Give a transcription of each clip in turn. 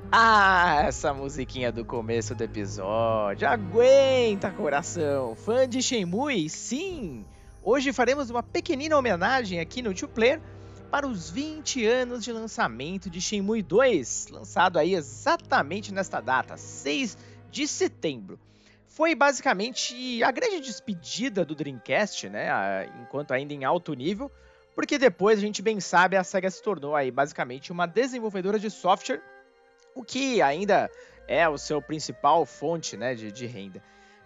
Ah, essa musiquinha do começo do episódio. Aguenta, coração. Fã de Shenmue? Sim! Hoje faremos uma pequenina homenagem aqui no Two Player para os 20 anos de lançamento de Shenmue 2, lançado aí exatamente nesta data, 6 de setembro. Foi basicamente a grande despedida do Dreamcast, né, enquanto ainda em alto nível, porque depois, a gente bem sabe, a SEGA se tornou aí basicamente uma desenvolvedora de software, o que ainda é o seu principal fonte, né, de renda.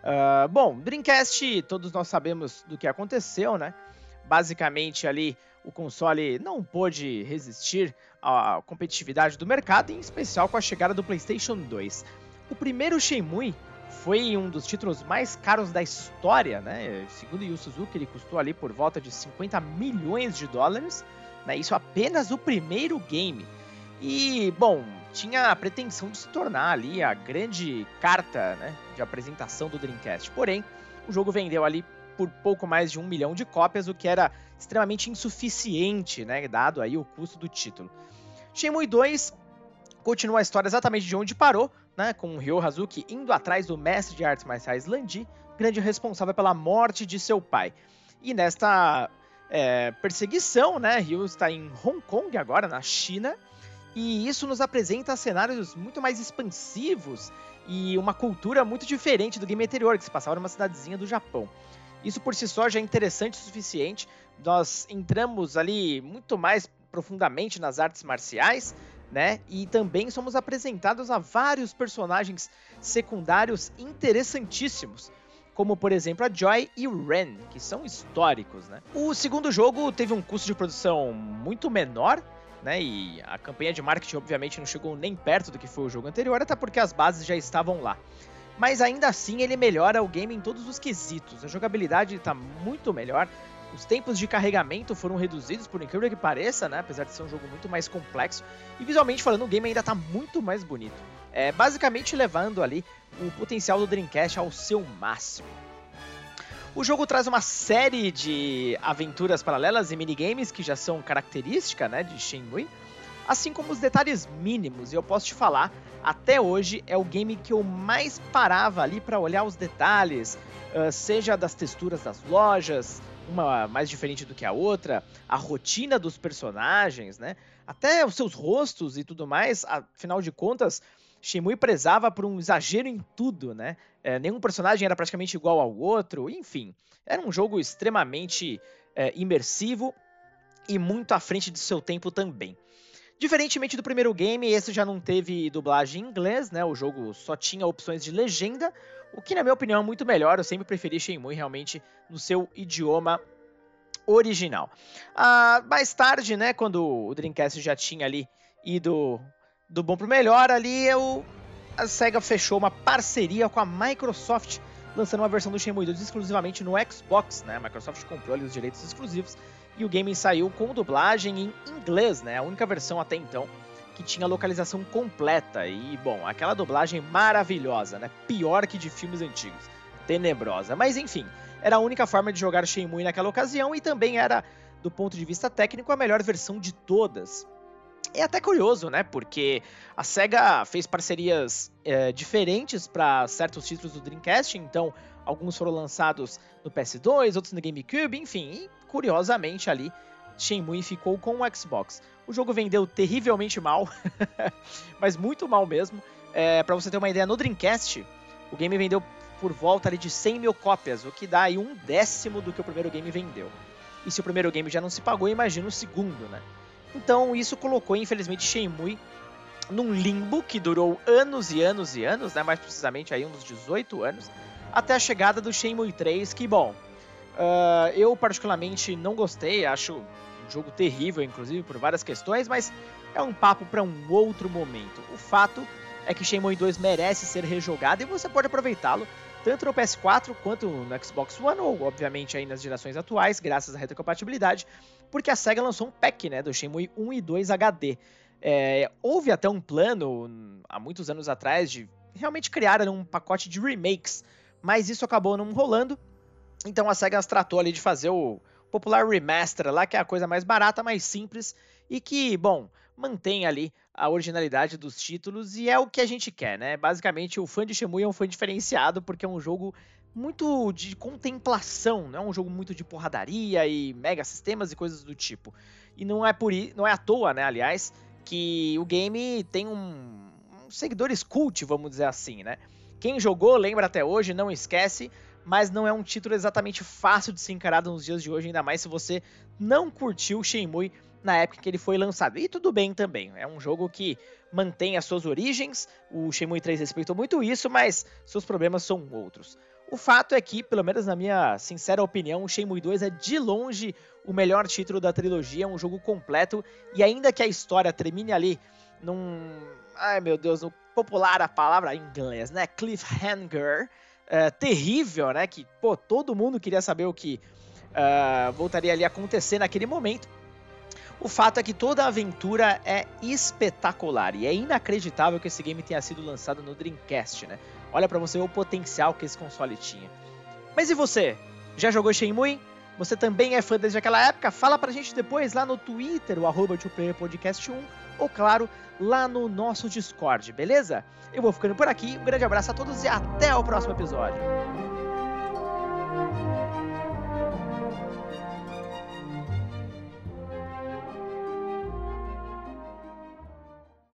Bom, Dreamcast, todos nós sabemos do que aconteceu, né? Basicamente ali o console não pôde resistir à competitividade do mercado, em especial com a chegada do PlayStation 2. O primeiro Shenmue foi um dos títulos mais caros da história, né? Segundo Yu Suzuki, ele custou ali por volta de 50 milhões de dólares, né? Isso apenas o primeiro game. E, bom, tinha a pretensão de se tornar ali a grande carta, né, de apresentação do Dreamcast. Porém, o jogo vendeu ali por pouco mais de 1 milhão de cópias, o que era extremamente insuficiente, né, dado aí o custo do título. Shenmue 2 continua a história exatamente de onde parou, né, com Ryo Hazuki indo atrás do mestre de artes marciais Lan Di, grande responsável pela morte de seu pai. E nesta perseguição, né, Ryo está em Hong Kong agora, na China, e isso nos apresenta cenários muito mais expansivos e uma cultura muito diferente do game anterior, que se passava numa cidadezinha do Japão. Isso por si só já é interessante o suficiente. Nós entramos ali muito mais profundamente nas artes marciais, né? E também somos apresentados a vários personagens secundários interessantíssimos, como por exemplo a Joy e o Ren, que são históricos, né? O segundo jogo teve um custo de produção muito menor, né, e a campanha de marketing obviamente não chegou nem perto do que foi o jogo anterior, até porque as bases já estavam lá. Mas ainda assim ele melhora o game em todos os quesitos. A jogabilidade está muito melhor, os tempos de carregamento foram reduzidos, por incrível que pareça, né, apesar de ser um jogo muito mais complexo, e visualmente falando o game ainda está muito mais bonito. Basicamente levando ali o potencial do Dreamcast ao seu máximo. O jogo traz uma série de aventuras paralelas e minigames que já são característica, né, de Shenmue, assim como os detalhes mínimos. E eu posso te falar, até hoje é o game que eu mais parava ali para olhar os detalhes, seja das texturas das lojas, uma mais diferente do que a outra, a rotina dos personagens, né, até os seus rostos e tudo mais. Afinal de contas, Shenmue prezava por um exagero em tudo, né? Nenhum personagem era praticamente igual ao outro, enfim. Era um jogo extremamente imersivo e muito à frente de seu tempo também. Diferentemente do primeiro game, esse já não teve dublagem em inglês, né? O jogo só tinha opções de legenda, o que na minha opinião é muito melhor. Eu sempre preferi Shenmue realmente no seu idioma original. Mais tarde, né, quando o Dreamcast já tinha ali ido do bom pro melhor, ali a SEGA fechou uma parceria com a Microsoft, lançando uma versão do Shenmue 2 exclusivamente no Xbox, né? A Microsoft comprou ali os direitos exclusivos e o game saiu com dublagem em inglês, né? A única versão até então que tinha localização completa. E, bom, aquela dublagem maravilhosa, né? Pior que de filmes antigos. Tenebrosa. Mas, enfim, era a única forma de jogar Shenmue naquela ocasião e também era, do ponto de vista técnico, a melhor versão de todas. É até curioso, né? Porque a SEGA fez parcerias diferentes para certos títulos do Dreamcast, então alguns foram lançados no PS2, outros no GameCube, enfim, e curiosamente ali Shenmue ficou com o Xbox. O jogo vendeu terrivelmente mal, mas muito mal mesmo. Para você ter uma ideia, no Dreamcast, o game vendeu por volta ali de 100 mil cópias, o que dá aí 1/10 do que o primeiro game vendeu. E se o primeiro game já não se pagou, imagina o segundo, né? Então isso colocou, infelizmente, Shenmue num limbo que durou anos e anos e anos, né? Mais precisamente aí uns 18 anos, até a chegada do Shenmue 3, que, bom, eu particularmente não gostei, acho um jogo terrível, inclusive, por várias questões, mas é um papo para um outro momento. O fato é que Shenmue 2 merece ser rejogado e você pode aproveitá-lo tanto no PS4 quanto no Xbox One, ou obviamente aí nas gerações atuais, graças à retrocompatibilidade, porque a SEGA lançou um pack, né, do Shenmue 1 e 2 HD. Houve até um plano, há muitos anos atrás, de realmente criar um pacote de remakes, mas isso acabou não rolando, então a SEGA tratou ali de fazer o popular remaster lá, que é a coisa mais barata, mais simples, e que, bom, mantém ali a originalidade dos títulos e é o que a gente quer, né? Basicamente, o fã de Shenmue é um fã diferenciado porque é um jogo muito de contemplação, não é um jogo muito de porradaria e mega sistemas e coisas do tipo. E não é à toa, né, aliás, que o game tem seguidores cult, vamos dizer assim, né? Quem jogou lembra até hoje, não esquece, mas não é um título exatamente fácil de ser encarado nos dias de hoje, ainda mais se você não curtiu Shenmue na época que ele foi lançado. E tudo bem também, é um jogo que mantém as suas origens, o Shenmue 3 respeitou muito isso, mas seus problemas são outros. O fato é que, pelo menos na minha sincera opinião, o Shenmue 2 é de longe o melhor título da trilogia, é um jogo completo, e ainda que a história termine ali num... Ai meu Deus, no popular a palavra em inglês, né? Cliffhanger, terrível, né? Que, pô, todo mundo queria saber o que voltaria ali a acontecer naquele momento. O fato é que toda a aventura é espetacular e é inacreditável que esse game tenha sido lançado no Dreamcast, né? Olha pra você ver o potencial que esse console tinha. Mas e você? Já jogou Shenmue? Você também é fã desde aquela época? Fala pra gente depois lá no Twitter, o @2playerpodcast1, ou claro, lá no nosso Discord, beleza? Eu vou ficando por aqui, um grande abraço a todos e até o próximo episódio.